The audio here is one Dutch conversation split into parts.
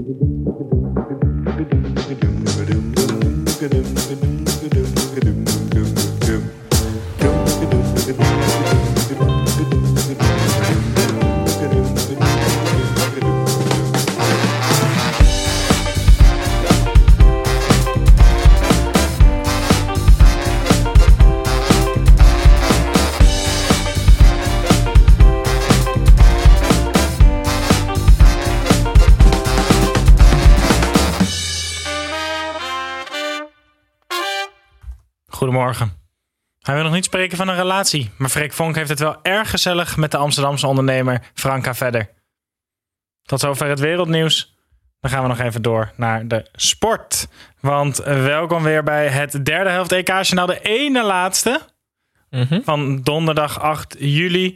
Goedemorgen. Hij wil nog niet spreken van een relatie, maar Freek Vonk heeft het wel erg gezellig met de Amsterdamse ondernemer Franka Vedder. Tot zover het wereldnieuws. Dan gaan we nog even door naar de sport. Want welkom weer bij het derde helft EK-journaal, de ene laatste van donderdag 8 juli.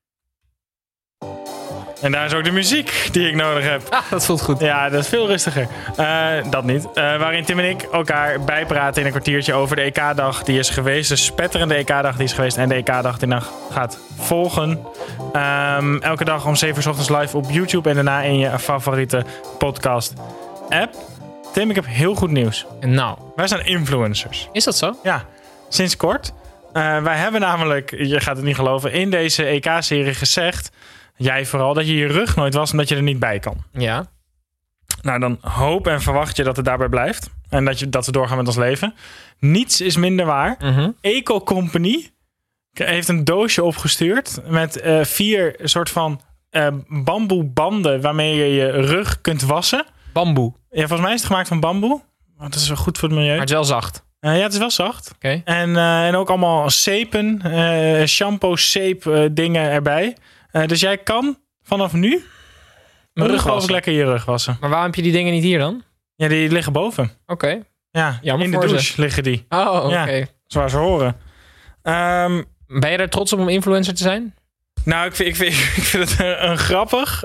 En daar is ook de muziek die ik nodig heb. Ah, dat voelt goed. Ja, dat is veel rustiger. Dat niet. Waarin Tim en ik elkaar bijpraten in een kwartiertje over de EK-dag die is geweest. De spetterende EK-dag die is geweest en de EK-dag die nog gaat volgen. Elke dag om 7 uur 's ochtends live op YouTube en daarna in je favoriete podcast-app. Tim, ik heb heel goed nieuws. Nou. Wij zijn influencers. Is dat zo? Ja, sinds kort. Wij hebben namelijk, je gaat het niet geloven, in deze EK-serie gezegd, jij vooral, dat je rug nooit was omdat je er niet bij kan. Ja. Nou, dan hoop en verwacht je dat het daarbij blijft. En dat we doorgaan met ons leven. Niets is minder waar. Eco Company heeft een doosje opgestuurd met 4 soort van bamboebanden waarmee je je rug kunt wassen. Bamboe. Ja, volgens mij is het gemaakt van bamboe. Dat is wel goed voor het milieu. Maar het is wel zacht. Ja, het is wel zacht. Okay. En ook allemaal zeepen, shampoo, zeep dingen erbij. Dus jij kan vanaf nu ongelooflijk lekker je rug wassen. Maar waarom heb je die dingen niet hier dan? Ja, die liggen boven. Oké. Ja, jammer in de douche liggen die. Oh, oké. Ja, zoals ze horen. Ben je er trots op om influencer te zijn? Nou, ik vind het een grappig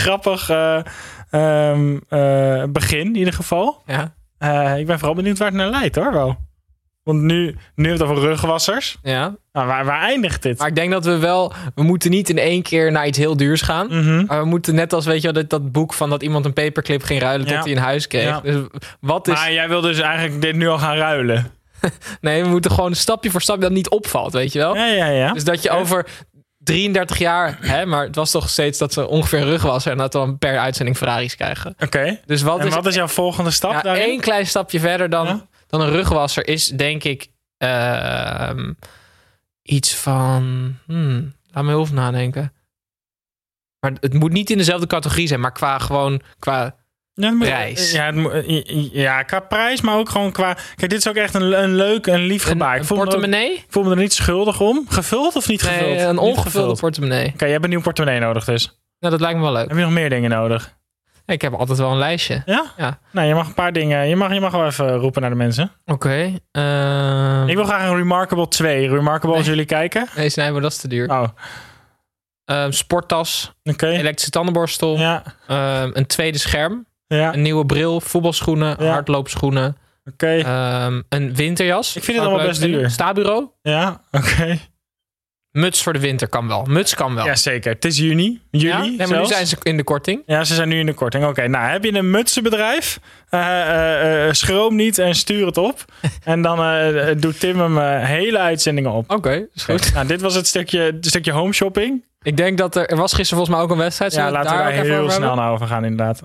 begin in ieder geval. Ja. Ik ben vooral benieuwd waar het naar leidt, hoor wel. Want nu hebben we het over rugwassers. Ja. Nou, waar eindigt dit? Maar ik denk dat we moeten niet in één keer naar iets heel duurs gaan. Maar we moeten net als, weet je wel, dat boek van dat iemand een paperclip ging ruilen tot hij een huis kreeg. Ja. Dus wat is... Maar jij wil dus eigenlijk dit nu al gaan ruilen? Nee, we moeten gewoon stapje voor stapje dat niet opvalt, weet je wel? Ja. Dus dat je over 33 jaar... maar het was toch steeds dat ze ongeveer een rugwasser en dat we dan per uitzending Ferraris krijgen. Oké. Dus wat is jouw volgende stap daarin? Eén klein stapje verder dan een rugwasser is, denk ik, iets van... laat me heel even nadenken. Maar het moet niet in dezelfde categorie zijn, maar qua prijs. Ja, qua prijs, maar ook gewoon qua... Kijk, dit is ook echt een leuk en lief gebaar. Een portemonnee? Ik voel me er niet schuldig om. Gevuld of niet gevuld? Nee, een ongevulde portemonnee. Oké, jij hebt een nieuw portemonnee nodig dus. Nou, dat lijkt me wel leuk. Heb je nog meer dingen nodig? Ik heb altijd wel een lijstje. Ja? Nou, je mag een paar dingen... Je mag wel even roepen naar de mensen. Oké. Ik wil graag een Remarkable 2. Remarkable als jullie kijken. Nee, snijden, dat is te duur. Sporttas. Elektrische tandenborstel. Ja. Een tweede scherm. Ja. Een nieuwe bril. Voetbalschoenen. Hardloopschoenen. Een winterjas. Ik vind het allemaal best duur. Stabureau. Ja, oké. Muts voor de winter kan wel. Muts kan wel. Ja, zeker. Het is juli. Maar nu zijn ze in de korting. Ja, ze zijn nu in de korting. Oké, nou heb je een mutsenbedrijf? Schroom niet en stuur het op. En dan doet Tim hem hele uitzendingen op. Oké, is goed. Nou, dit was het stukje home shopping. Ik denk dat er was gisteren volgens mij ook een wedstrijd. Ja, laten we daar heel snel naar over gaan inderdaad.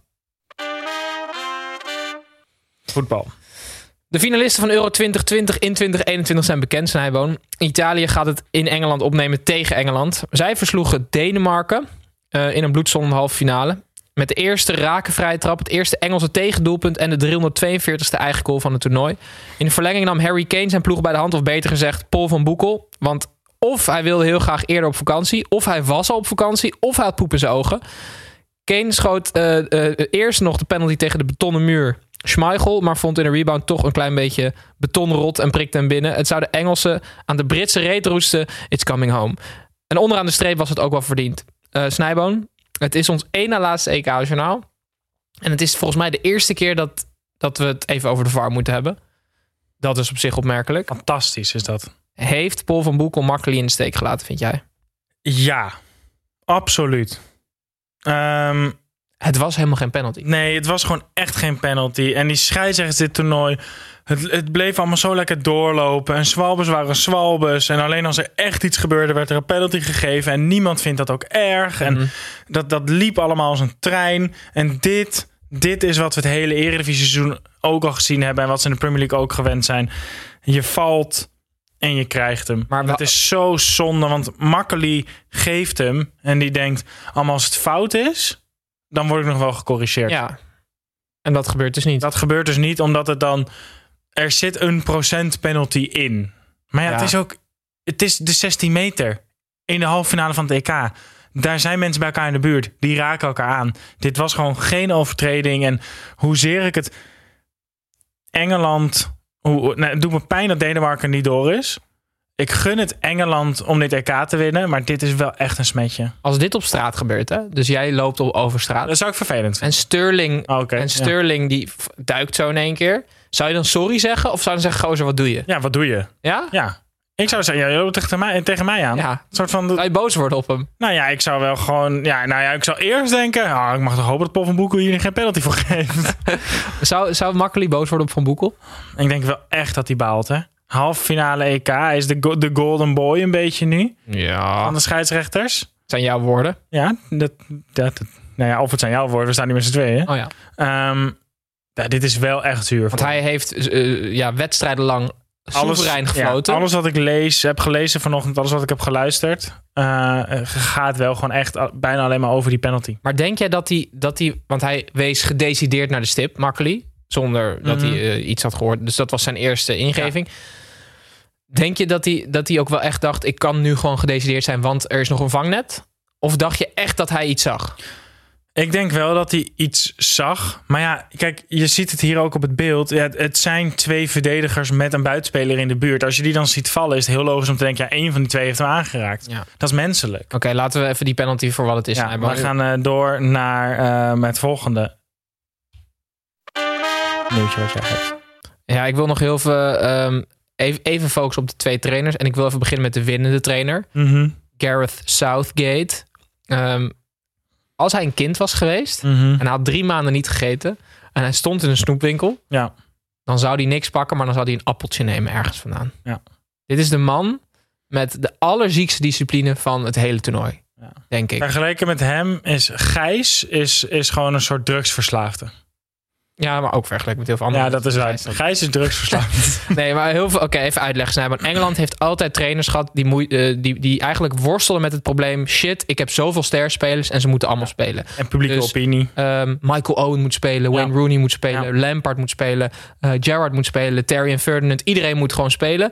Voetbal. De finalisten van Euro 2020 in 2021 zijn bekend, Snijboon. Italië gaat het in Engeland opnemen tegen Engeland. Zij versloegen Denemarken in een bloedstollende halve finale. Met de eerste rakenvrije trap, het eerste Engelse tegendoelpunt en de 342ste eigen goal van het toernooi. In de verlenging nam Harry Kane zijn ploeg bij de hand, of beter gezegd Paul van Boekel. Want of hij wilde heel graag eerder op vakantie, of hij was al op vakantie, of hij had poep in zijn ogen. Kane schoot eerst nog de penalty tegen de betonnen muur Schmeichel, maar vond in de rebound toch een klein beetje betonrot en prikte hem binnen. Het zou de Engelsen aan de Britse reet roesten. It's coming home. En onderaan de streep was het ook wel verdiend. Snijboon, het is ons één na laatste EK-journaal. En het is volgens mij de eerste keer dat we het even over de VAR moeten hebben. Dat is op zich opmerkelijk. Fantastisch is dat. Heeft Paul van Boekel makkelijk in de steek gelaten, vind jij? Ja, absoluut. Het was helemaal geen penalty. Nee, het was gewoon echt geen penalty. En die scheidsrechters dit toernooi... Het bleef allemaal zo lekker doorlopen. En zwalbes waren zwalbes. En alleen als er echt iets gebeurde, werd er een penalty gegeven. En niemand vindt dat ook erg. En dat liep allemaal als een trein. En dit is wat we het hele Eredivisie-seizoen ook al gezien hebben. En wat ze in de Premier League ook gewend zijn. Je valt en je krijgt hem. Maar het is zo zonde, want Makkely geeft hem. En die denkt, allemaal als het fout is, dan word ik nog wel gecorrigeerd. Ja, en dat gebeurt dus niet. Dat gebeurt dus niet, omdat het dan... Er zit een % penalty in. Maar ja, het is de 16 meter in de halve finale van het EK. Daar zijn mensen bij elkaar in de buurt. Die raken elkaar aan. Dit was gewoon geen overtreding. En hoezeer ik het... Engeland... het doet me pijn dat Denemarken niet door is. Ik gun het Engeland om dit EK te winnen. Maar dit is wel echt een smetje. Als dit op straat gebeurt, hè? Dus jij loopt over straat. Dat zou ik vervelend vinden. En Sterling die duikt zo in één keer. Zou je dan sorry zeggen? Of zou je dan zeggen, gozer, wat doe je? Ja, wat doe je? Ja? Ja. Ik zou zeggen, je loopt tegen mij aan. Ja. Een soort van... Zou je boos worden op hem? Nou ja, ik zou wel gewoon... ik zou eerst denken... ik mag toch hopen dat Paul van Boekel hier geen penalty voor geeft. Zou Makkely boos worden op Van Boekel? Ik denk wel echt dat hij baalt, hè. Halve finale EK. Hij is de golden boy een beetje nu. Ja. Van de scheidsrechters. Het zijn jouw woorden. Ja, of het zijn jouw woorden. We staan niet met z'n tweeën. Oh ja. Dit is wel echt zuur. Want hij heeft wedstrijden lang soeverein gefloten. Alles wat ik heb gelezen vanochtend, alles wat ik heb geluisterd, gaat wel gewoon echt bijna alleen maar over die penalty. Maar denk jij dat hij want hij wees gedecideerd naar de stip, Makkely, zonder dat hij iets had gehoord. Dus dat was zijn eerste ingeving. Ja. Denk je dat hij ook wel echt dacht, ik kan nu gewoon gedecideerd zijn, want er is nog een vangnet? Of dacht je echt dat hij iets zag? Ik denk wel dat hij iets zag. Maar ja, kijk, je ziet het hier ook op het beeld. Ja, het zijn 2 verdedigers met een buitenspeler in de buurt. Als je die dan ziet vallen, is het heel logisch om te denken... één van die 2 heeft hem aangeraakt. Ja. Dat is menselijk. Oké, laten we even die penalty voor wat het is. Ja, we gaan door naar het volgende nieuwtje wat jij hebt. Ja, ik wil nog heel veel... even focussen op de 2 trainers. En ik wil even beginnen met de winnende trainer. Gareth Southgate. Als hij een kind was geweest en hij had 3 maanden niet gegeten en hij stond in een snoepwinkel, dan zou hij niks pakken, maar dan zou hij een appeltje nemen ergens vandaan. Ja. Dit is de man met de allerziekste discipline van het hele toernooi, denk ik. Vergeleken met hem is Gijs is gewoon een soort drugsverslaafde. Ja, maar ook vergeleken met heel veel andere. Ja, dat is waar. Gijs is drugsverslaafd. Nee, maar heel veel... Oké, even uitleggen. Snijden. Want Engeland heeft altijd trainers gehad die eigenlijk worstelen met het probleem... shit, ik heb zoveel sterspelers en ze moeten allemaal spelen. En publieke opinie. Michael Owen moet spelen, Wayne Rooney moet spelen... Lampard moet spelen, Gerrard moet spelen... Terry en Ferdinand, iedereen moet gewoon spelen.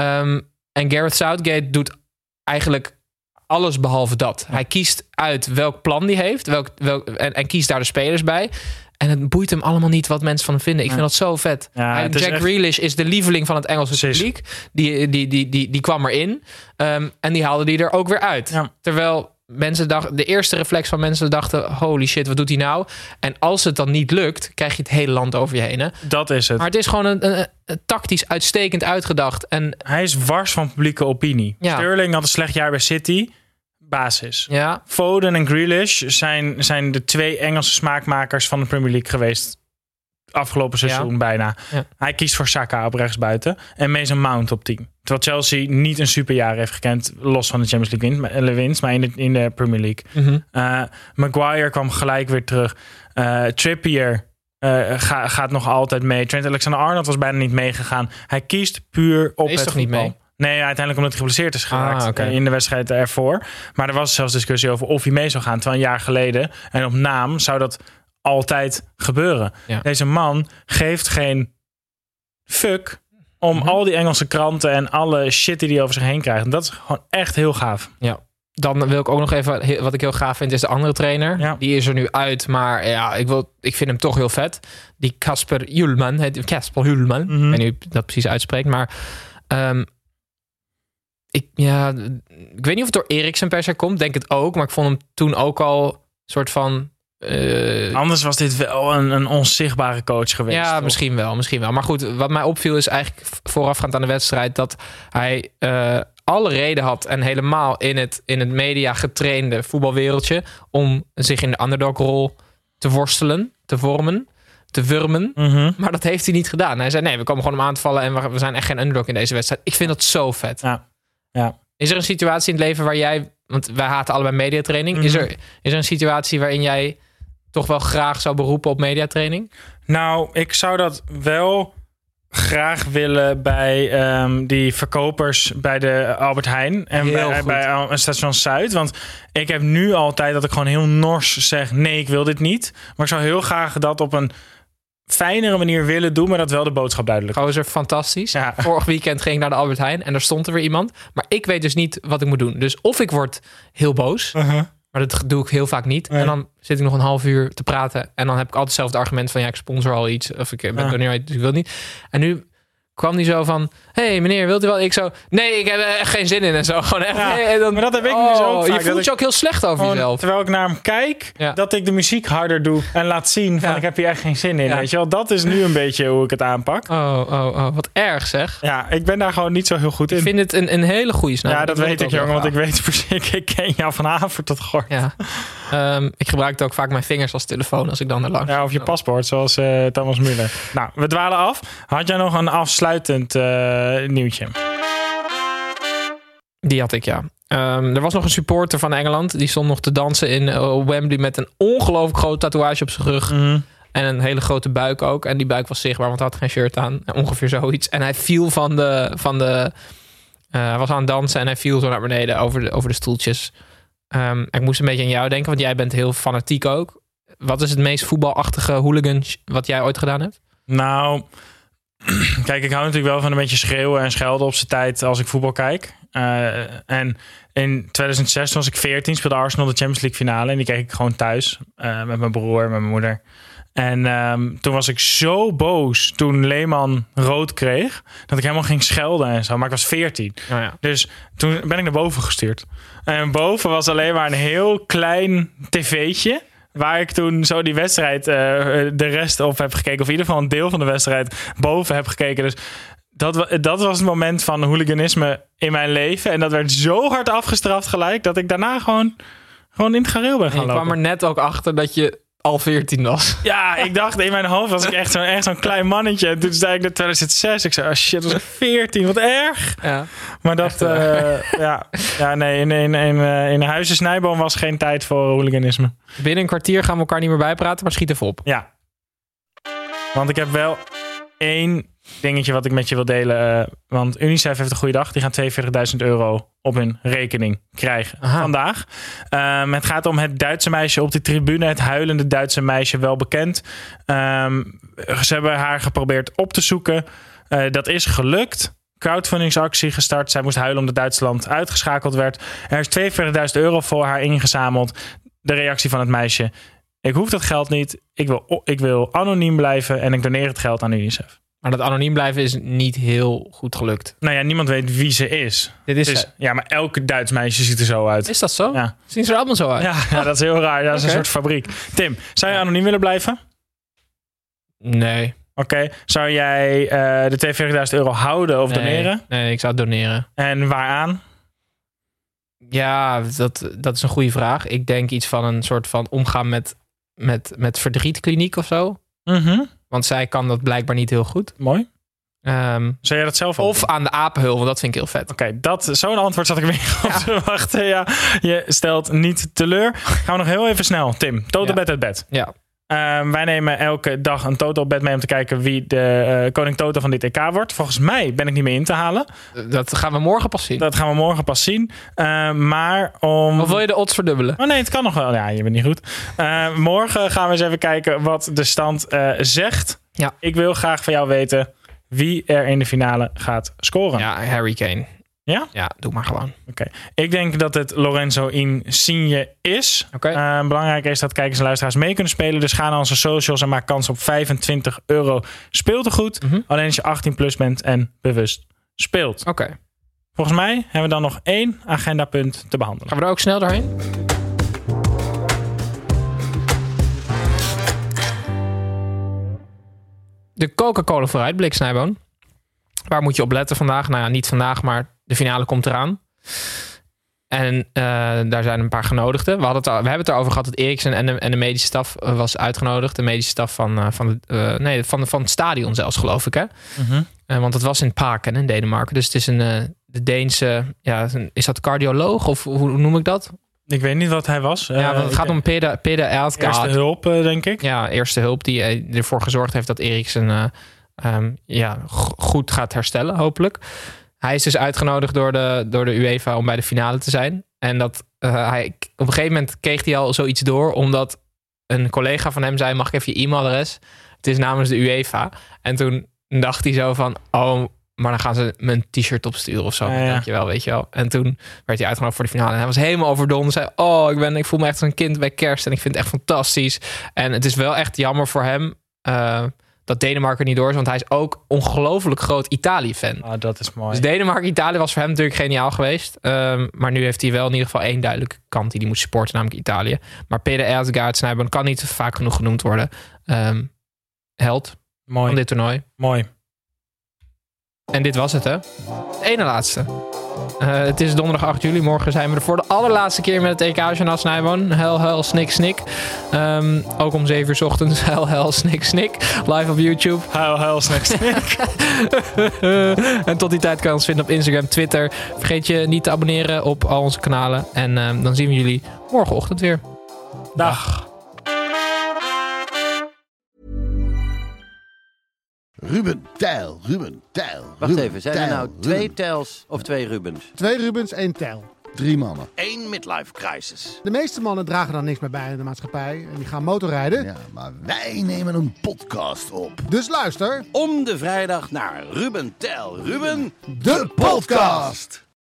En Gareth Southgate doet eigenlijk alles behalve dat. Hij kiest uit welk plan hij heeft en kiest daar de spelers bij... En het boeit hem allemaal niet wat mensen van hem vinden. Ik vind dat zo vet. Ja, Jack Grealish is de lieveling van het Engelse publiek. Die kwam erin. En die haalde die er ook weer uit. Ja. Terwijl mensen de eerste reflex van mensen dachten... holy shit, wat doet hij nou? En als het dan niet lukt, krijg je het hele land over je heen. Hè? Dat is het. Maar het is gewoon een tactisch uitstekend uitgedacht. En hij is wars van publieke opinie. Ja. Sterling had een slecht jaar bij City... basis. Ja. Foden en Grealish zijn de 2 Engelse smaakmakers van de Premier League geweest. Afgelopen seizoen bijna. Ja. Hij kiest voor Saka op rechtsbuiten. En Mason Mount op 10. Terwijl Chelsea niet een superjaar heeft gekend. Los van de Champions League winst. Maar in de Premier League. Maguire kwam gelijk weer terug. Trippier gaat nog altijd mee. Trent Alexander-Arnold was bijna niet meegegaan. Hij kiest puur op het voetbal. Niet mee? Nee, uiteindelijk omdat hij geblesseerd is geraakt in de wedstrijd ervoor. Maar er was zelfs discussie over of hij mee zou gaan. Terwijl een jaar geleden, en op naam, zou dat altijd gebeuren. Ja. Deze man geeft geen fuck om al die Engelse kranten en alle shit die hij over zich heen krijgt. En dat is gewoon echt heel gaaf. Ja. Dan wil ik ook nog even, wat ik heel gaaf vind, is de andere trainer. Ja. Die is er nu uit, maar ja, ik vind hem toch heel vet. Die Kasper Hjulman. Ik weet niet hoe dat precies uitspreekt, maar... Ik weet niet of het door Eriksen per se komt. Denk het ook. Maar ik vond hem toen ook al soort van... Anders was dit wel een onzichtbare coach geweest. Ja, misschien wel. Maar goed, wat mij opviel is eigenlijk voorafgaand aan de wedstrijd... dat hij alle reden had en helemaal in het media getrainde voetbalwereldje... om zich in de underdog-rol te worstelen, te vormen, te wurmen. Mhm. Maar dat heeft hij niet gedaan. Hij zei, nee, we komen gewoon om aan te vallen en we zijn echt geen underdog in deze wedstrijd. Ik vind dat zo vet. Ja. Is er een situatie in het leven waar jij... Want wij haten allebei mediatraining. Mhm. Is er een situatie waarin jij toch wel graag zou beroepen op mediatraining? Nou, ik zou dat wel graag willen bij die verkopers bij de Albert Heijn en Heel goed. bij Station Zuid. Want ik heb nu altijd dat ik gewoon heel nors zeg, nee, ik wil dit niet. Maar ik zou heel graag dat op een fijnere manier willen doen, maar dat wel de boodschap duidelijk is. Gozer, fantastisch. Ja. Vorig weekend ging ik naar de Albert Heijn en daar stond er weer iemand. Maar ik weet dus niet wat ik moet doen. Dus of ik word heel boos, maar dat doe ik heel vaak niet. Nee. En dan zit ik nog een half uur te praten en dan heb ik altijd hetzelfde argument van, ja, ik sponsor al iets of ik ben doneer, dus ik wil niet. En nu kwam die zo van, hey meneer, wilt u wel? Ik zo, nee, ik heb er echt geen zin in en zo. Gewoon echt. Ja, En dan, maar dat heb ik nu zo ook vaak, je dat voelt je ook heel slecht over Gewoon, jezelf. terwijl ik naar hem kijk, Ja. dat ik de muziek harder doe en laat zien van Ja. ik heb hier echt geen zin in. Ja. Weet je wel, dat is nu een beetje hoe ik het aanpak. Wat erg zeg. Ja, ik ben daar gewoon niet zo heel goed in. Ik vind het een hele goede snap. Ja, dat weet ik, ook wel jongen. Want ik graag. weet precies, ik ken jou van avond tot gort. Ja. Ik gebruik ook vaak mijn vingers als telefoon als ik dan er langs. Ja, of je paspoort, zoals Thomas Müller. Nou, we dwalen af. Had jij nog een afsluitend nieuwtje? Die had ik, ja. Er was nog een supporter van Engeland. Die stond nog te dansen in Wembley met een ongelooflijk groot tatoeage op zijn rug. En een hele grote buik ook. En die buik was zichtbaar, want hij had geen shirt aan. Ongeveer zoiets. En hij viel hij was aan het dansen en hij viel zo naar beneden over de stoeltjes. Ik moest een beetje aan jou denken, want jij bent heel fanatiek ook. Wat is het meest voetbalachtige hooligan wat jij ooit gedaan hebt? Nou, kijk, ik hou natuurlijk wel van een beetje schreeuwen en schelden op zijn tijd als ik voetbal kijk. En in 2006 was ik 14, speelde Arsenal de Champions League finale. En die keek ik gewoon thuis met mijn broer, met mijn moeder. En toen was ik zo boos toen Lehmann rood kreeg, dat ik helemaal ging schelden en zo. Maar ik was 14. Oh ja. Dus toen ben ik naar boven gestuurd. En boven was alleen maar een heel klein tv'tje, waar ik toen zo die wedstrijd de rest op heb gekeken. Of in ieder geval een deel van de wedstrijd boven heb gekeken. Dus dat was het moment van hooliganisme in mijn leven. En dat werd zo hard afgestraft gelijk, dat ik daarna gewoon in het gareel ben gaan Ik lopen. kwam er net ook achter dat je al 14 was. Ja, ik dacht in mijn hoofd was ik echt zo'n klein mannetje. En toen zei ik in 2006, ik zei, oh shit, was ik 14, wat erg. Ja. Maar dat, nee, in Huizen Snijboom was geen tijd voor hooliganisme. Binnen een kwartier gaan we elkaar niet meer bijpraten, maar schiet even op. Ja. Want ik heb wel één dingetje wat ik met je wil delen. Want UNICEF heeft een goede dag. Die gaan €42.000 op hun rekening krijgen vandaag. Het gaat om het Duitse meisje op de tribune. Het huilende Duitse meisje, wel bekend. Ze hebben haar geprobeerd op te zoeken. Dat is gelukt. Crowdfundingsactie gestart. Zij moest huilen omdat Duitsland uitgeschakeld werd. Er is €42.000 voor haar ingezameld. De reactie van het meisje: ik hoef dat geld niet. Ik wil anoniem blijven en ik doneer het geld aan UNICEF. Maar dat anoniem blijven is niet heel goed gelukt. Nou ja, niemand weet wie ze is. Dit is Dus, ja, maar elke Duits meisje ziet er zo uit. Is dat zo? Ja. Zien ze er allemaal zo uit? Ja, dat is heel raar. Ja, dat is een Oké. soort fabriek. Tim, zou je anoniem willen blijven? Nee. Oké. Zou jij de €42.000 houden of doneren? Nee, ik zou het doneren. En waaraan? Ja, dat is een goede vraag. Ik denk iets van een soort van omgaan met verdrietkliniek of zo. Want zij kan dat blijkbaar niet heel goed. Mooi. Zou jij dat zelf ook Of aan de apenhul, want dat vind ik heel vet. Oké, zo'n antwoord zat ik weer op te wachten. Ja, je stelt niet teleur. Gaan we nog heel even snel. Tim, Total Bet uit bed. Ja. Wij nemen elke dag een Total Bet mee om te kijken wie de koning Toto van dit EK wordt. Volgens mij ben ik niet meer in te halen. Dat gaan we morgen pas zien. Dat gaan we morgen pas zien. Maar om... Of wil je de odds verdubbelen? Oh nee, het kan nog wel. Ja, je bent niet goed. Morgen gaan we eens even kijken wat de stand zegt. Ja. Ik wil graag van jou weten wie er in de finale gaat scoren. Ja, Harry Kane. Ja? Ja, doe maar gewoon. Oké. Ik denk dat het Lorenzo Insigne is. Oké. Belangrijk is dat kijkers en luisteraars mee kunnen spelen. Dus ga naar onze socials en maak kans op €25 speeltegoed. Alleen als je 18 plus bent en bewust speelt. Oké. Volgens mij hebben we dan nog 1 agendapunt te behandelen. Gaan we er ook snel doorheen? De Coca-Cola vooruitblik, Snijboon. Waar moet je op letten vandaag? Nou ja, niet vandaag, maar de finale komt eraan. En daar zijn een paar genodigden. We hebben het erover gehad dat Eriksen en de medische staf was uitgenodigd. De medische staf van het stadion zelfs, geloof ik. Hè? Mm-hmm. Want het was in Parken in Denemarken. Dus het is de Deense... is dat cardioloog of hoe noem ik dat? Ik weet niet wat hij was. Want het gaat om Peder Elsgaard. Eerste hulp, denk ik. Ja, eerste hulp die ervoor gezorgd heeft dat Eriksen goed gaat herstellen, hopelijk. Hij is dus uitgenodigd door de UEFA om bij de finale te zijn. En dat hij op een gegeven moment kreeg hij al zoiets door, omdat een collega van hem zei: mag ik even je e-mailadres? Het is namens de UEFA. En toen dacht hij zo van: oh, maar dan gaan ze me een t-shirt opsturen of zo. Denk je wel, weet je wel. En toen werd hij uitgenodigd voor de finale. En hij was helemaal overdonderd. Zei: oh, ik voel me echt als een kind bij kerst. En ik vind het echt fantastisch. En het is wel echt jammer voor hem dat Denemarken niet door is. Want hij is ook ongelooflijk groot Italië-fan. Ah, dat is mooi. Dus Denemarken-Italië was voor hem natuurlijk geniaal geweest. Maar nu heeft hij wel in ieder geval één duidelijke kant die hij moet supporten, namelijk Italië. Maar Peder Elsgaard Snijboon kan niet vaak genoeg genoemd worden. Held van dit toernooi. Mooi. En dit was het, hè? Het ene laatste. Het is donderdag 8 juli. Morgen zijn we er voor de allerlaatste keer met het EK-journaal Snijboon. Hel, hel, snik, snik. Ook om 7 uur 's ochtends. Hel, hel, snik, snik. Live op YouTube. Hel, hel, snik, snik. En tot die tijd kan je ons vinden op Instagram, Twitter. Vergeet je niet te abonneren op al onze kanalen. En dan zien we jullie morgenochtend weer. Dag. Ruben Tijl. Wacht even, zijn er nou 2 Tijls of 2 Rubens? 2 Rubens, 1 Tijl. 3 mannen. 1 midlife crisis. De meeste mannen dragen dan niks meer bij in de maatschappij. En die gaan motorrijden. Ja, maar wij nemen een podcast op. Dus luister. Om de vrijdag naar Ruben Tijl. Ruben, de podcast.